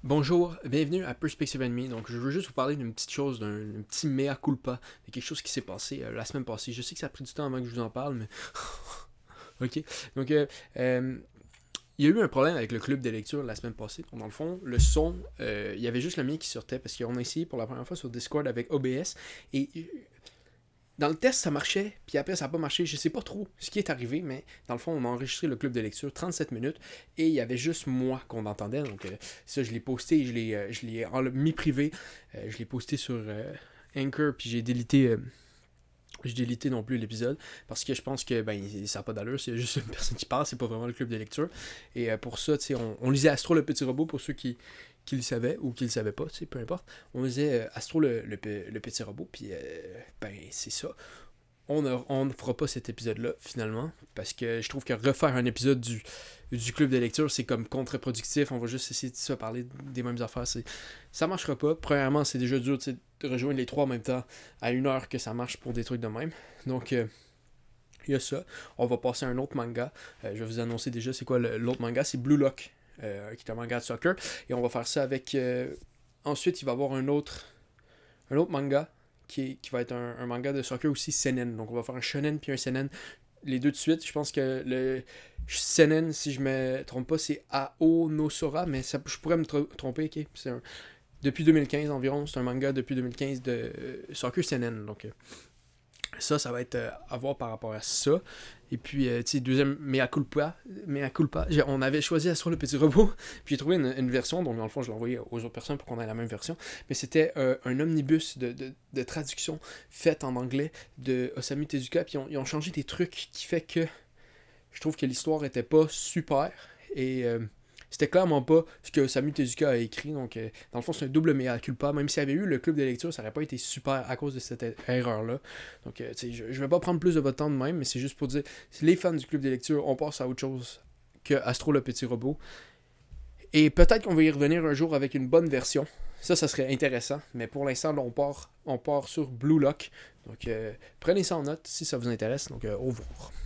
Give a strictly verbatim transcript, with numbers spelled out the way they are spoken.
Bonjour, bienvenue à Perspective Enemy. Donc, je veux juste vous parler d'une petite chose, d'un, d'un petit mea culpa, de quelque chose qui s'est passé euh, la semaine passée. Je sais que ça a pris du temps avant que je vous en parle, mais. ok. Donc, euh, euh, il y a eu un problème avec le club de lecture la semaine passée. Donc, dans le fond, le son, euh, il y avait juste le mien qui sortait parce qu'on a essayé pour la première fois sur Discord avec O B S. Et dans le test, ça marchait, puis après, ça n'a pas marché. Je sais pas trop ce qui est arrivé, mais dans le fond, on a enregistré le club de lecture trente-sept minutes et il y avait juste moi qu'on entendait. Donc, euh, ça, je l'ai posté, je l'ai, euh, je l'ai en mis privé. Euh, je l'ai posté sur euh, Anchor, puis j'ai délité. Euh, je délité non plus l'épisode parce que je pense que ben ça n'a pas d'allure, c'est juste une personne qui parle, c'est pas vraiment le club de lecture. Et euh, pour ça, tu sais, on, on lisait Astro le petit robot pour ceux qui, qui le savaient ou qui le savaient pas, tu sais, peu importe. On lisait euh, Astro le, le, le petit robot, puis euh, ben c'est ça. On ne on fera pas cet épisode-là, finalement, parce que je trouve que refaire un épisode du, du club de lecture, c'est comme contre-productif. On va juste essayer de se parler des mêmes affaires. C'est, ça marchera pas. Premièrement, c'est déjà dur de rejoindre les trois en même temps à une heure que ça marche pour des trucs de même. Donc, il euh, y a ça. On va passer à un autre manga. Euh, je vais vous annoncer déjà c'est quoi le, l'autre manga. C'est Blue Lock, euh, qui est un manga de soccer. Et on va faire ça avec... Euh, ensuite, il va y avoir un autre, un autre manga. Qui, est, qui va être un, un manga de soccer aussi seinen. Donc on va faire un shonen puis un seinen. Les deux de suite. Je pense que le seinen, si je me trompe pas, c'est Aonosora, mais ça, je pourrais me tr- tromper. Okay? C'est un, depuis deux mille quinze environ. C'est un manga depuis deux mille quinze de euh, soccer seinen. Donc euh, ça, ça va être euh, à voir par rapport à ça. Et puis, euh, tu sais, deuxième, mea culpa. Mea culpa. J'ai, on avait choisi Astro le petit robot. Puis j'ai trouvé une, une version, donc dans le fond, je l'ai envoyé aux autres personnes pour qu'on ait la même version. Mais c'était euh, un omnibus de, de, de traduction faite en anglais de Osamu Tezuka. Puis ils ont, ils ont changé des trucs qui fait que je trouve que l'histoire était pas super. Et euh, c'était clairement pas ce que Osamu Tezuka a écrit. Donc, euh, dans le fond, c'est un double mea culpa. Même s'il y avait eu le club de lecture, ça n'aurait pas été super à cause de cette erreur-là. Donc, euh, je, je vais pas prendre plus de votre temps de même, mais c'est juste pour dire, si les fans du club de lecture, on passe à autre chose que Astro le petit robot. Et peut-être qu'on va y revenir un jour avec une bonne version. Ça, ça serait intéressant. Mais pour l'instant, là, on part, on part sur Blue Lock. Donc, euh, prenez ça en note si ça vous intéresse. Donc, euh, au revoir.